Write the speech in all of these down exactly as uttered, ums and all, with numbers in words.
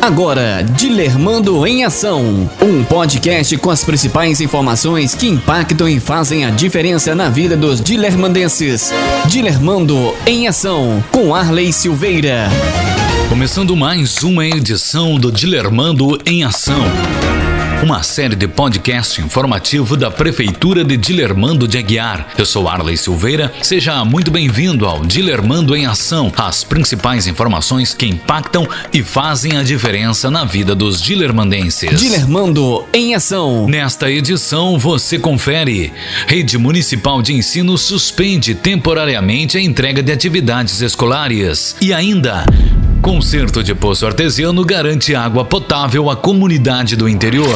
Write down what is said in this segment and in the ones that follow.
Agora, Dilermando em Ação, um podcast com as principais informações que impactam e fazem a diferença na vida dos dilermandenses. Dilermando em Ação, com Arley Silveira. Começando mais uma edição do Dilermando em Ação, uma série de podcast informativo da Prefeitura de Dilermando de Aguiar. Eu sou Arley Silveira, seja muito bem-vindo ao Dilermando em Ação, as principais informações que impactam e fazem a diferença na vida dos dilermandenses. Dilermando em Ação. Nesta edição você confere: Rede Municipal de Ensino suspende temporariamente a entrega de atividades escolares. E ainda, conserto de poço artesiano garante água potável à comunidade do interior.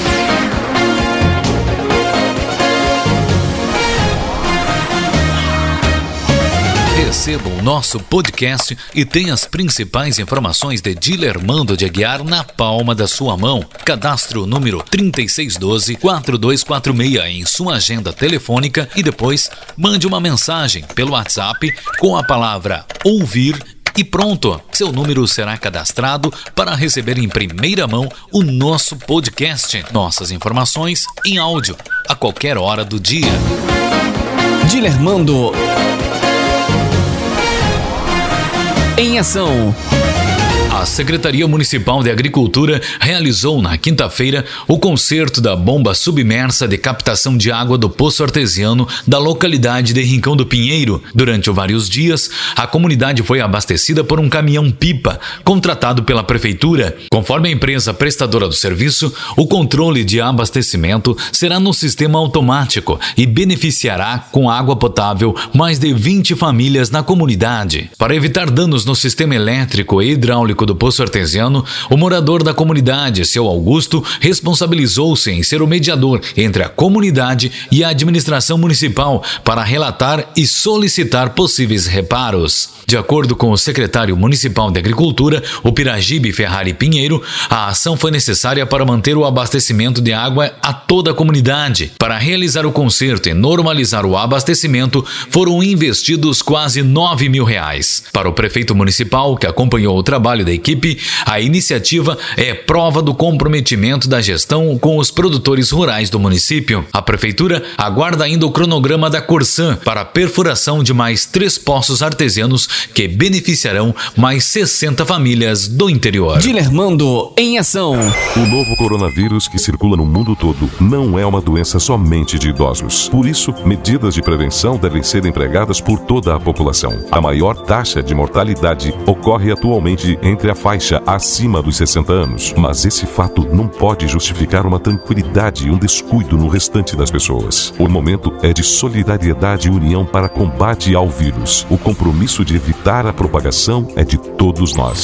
Receba o nosso podcast e tenha as principais informações de Dilermando de Aguiar na palma da sua mão. Cadastre o número trinta e seis doze, quatro dois quatro seis em sua agenda telefônica e depois mande uma mensagem pelo WhatsApp com a palavra ouvir e pronto, seu número será cadastrado para receber em primeira mão o nosso podcast. Nossas informações em áudio, a qualquer hora do dia. Dilermando em Ação. A Secretaria Municipal de Agricultura realizou na quinta-feira o conserto da bomba submersa de captação de água do poço artesiano da localidade de Rincão do Pinheiro. Durante vários dias, a comunidade foi abastecida por um caminhão-pipa contratado pela Prefeitura. Conforme a empresa prestadora do serviço, o controle de abastecimento será no sistema automático e beneficiará com água potável mais de vinte famílias na comunidade. Para evitar danos no sistema elétrico e hidráulico do poço artesiano, o morador da comunidade, seu Augusto, responsabilizou-se em ser o mediador entre a comunidade e a administração municipal para relatar e solicitar possíveis reparos. De acordo com o secretário municipal de Agricultura, o Piragibe Ferrari Pinheiro, a ação foi necessária para manter o abastecimento de água a toda a comunidade. Para realizar o conserto e normalizar o abastecimento, foram investidos quase nove mil reais. Para o prefeito municipal, que acompanhou o trabalho da equipe, a iniciativa é prova do comprometimento da gestão com os produtores rurais do município. A prefeitura aguarda ainda o cronograma da Corsan para a perfuração de mais três poços artesianos que beneficiarão mais sessenta famílias do interior. Dilermando em Ação. O novo coronavírus que circula no mundo todo não é uma doença somente de idosos. Por isso, medidas de prevenção devem ser empregadas por toda a população. A maior taxa de mortalidade ocorre atualmente entre a faixa acima dos sessenta anos. Mas esse fato não pode justificar uma tranquilidade e um descuido no restante das pessoas. O momento é de solidariedade e união para combate ao vírus. O compromisso de evitar a propagação é de todos nós.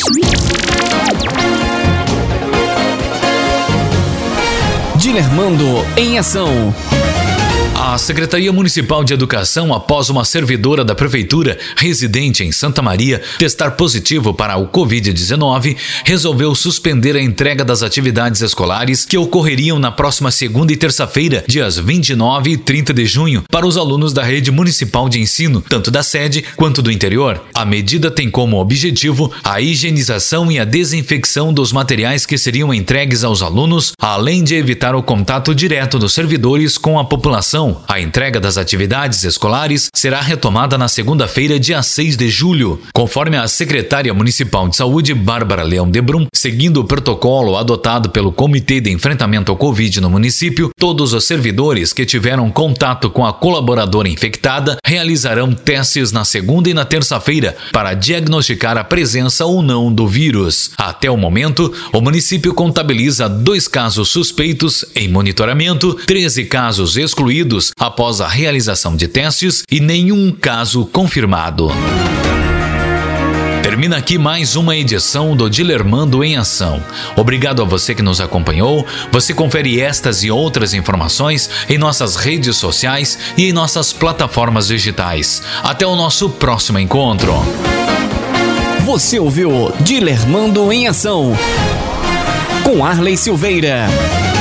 Dilermando em Ação. A Secretaria Municipal de Educação, após uma servidora da Prefeitura residente em Santa Maria testar positivo para o covid dezenove, resolveu suspender a entrega das atividades escolares que ocorreriam na próxima segunda e terça-feira, dias vinte e nove e trinta de junho, para os alunos da Rede Municipal de Ensino, tanto da sede quanto do interior. A medida tem como objetivo a higienização e a desinfecção dos materiais que seriam entregues aos alunos, além de evitar o contato direto dos servidores com a população. A entrega das atividades escolares será retomada na segunda-feira, dia seis de julho. Conforme a secretária municipal de saúde, Bárbara Leão de Brum, seguindo o protocolo adotado pelo Comitê de Enfrentamento ao Covid no município, todos os servidores que tiveram contato com a colaboradora infectada realizarão testes na segunda e na terça-feira para diagnosticar a presença ou não do vírus. Até o momento, o município contabiliza dois casos suspeitos em monitoramento, treze casos excluídos após a realização de testes e nenhum caso confirmado. Termina aqui mais uma edição do Dilermando em Ação. Obrigado a você que nos acompanhou. Você confere estas e outras informações em nossas redes sociais e em nossas plataformas digitais. Até o nosso próximo encontro. Você ouviu Dilermando em Ação com Arley Silveira.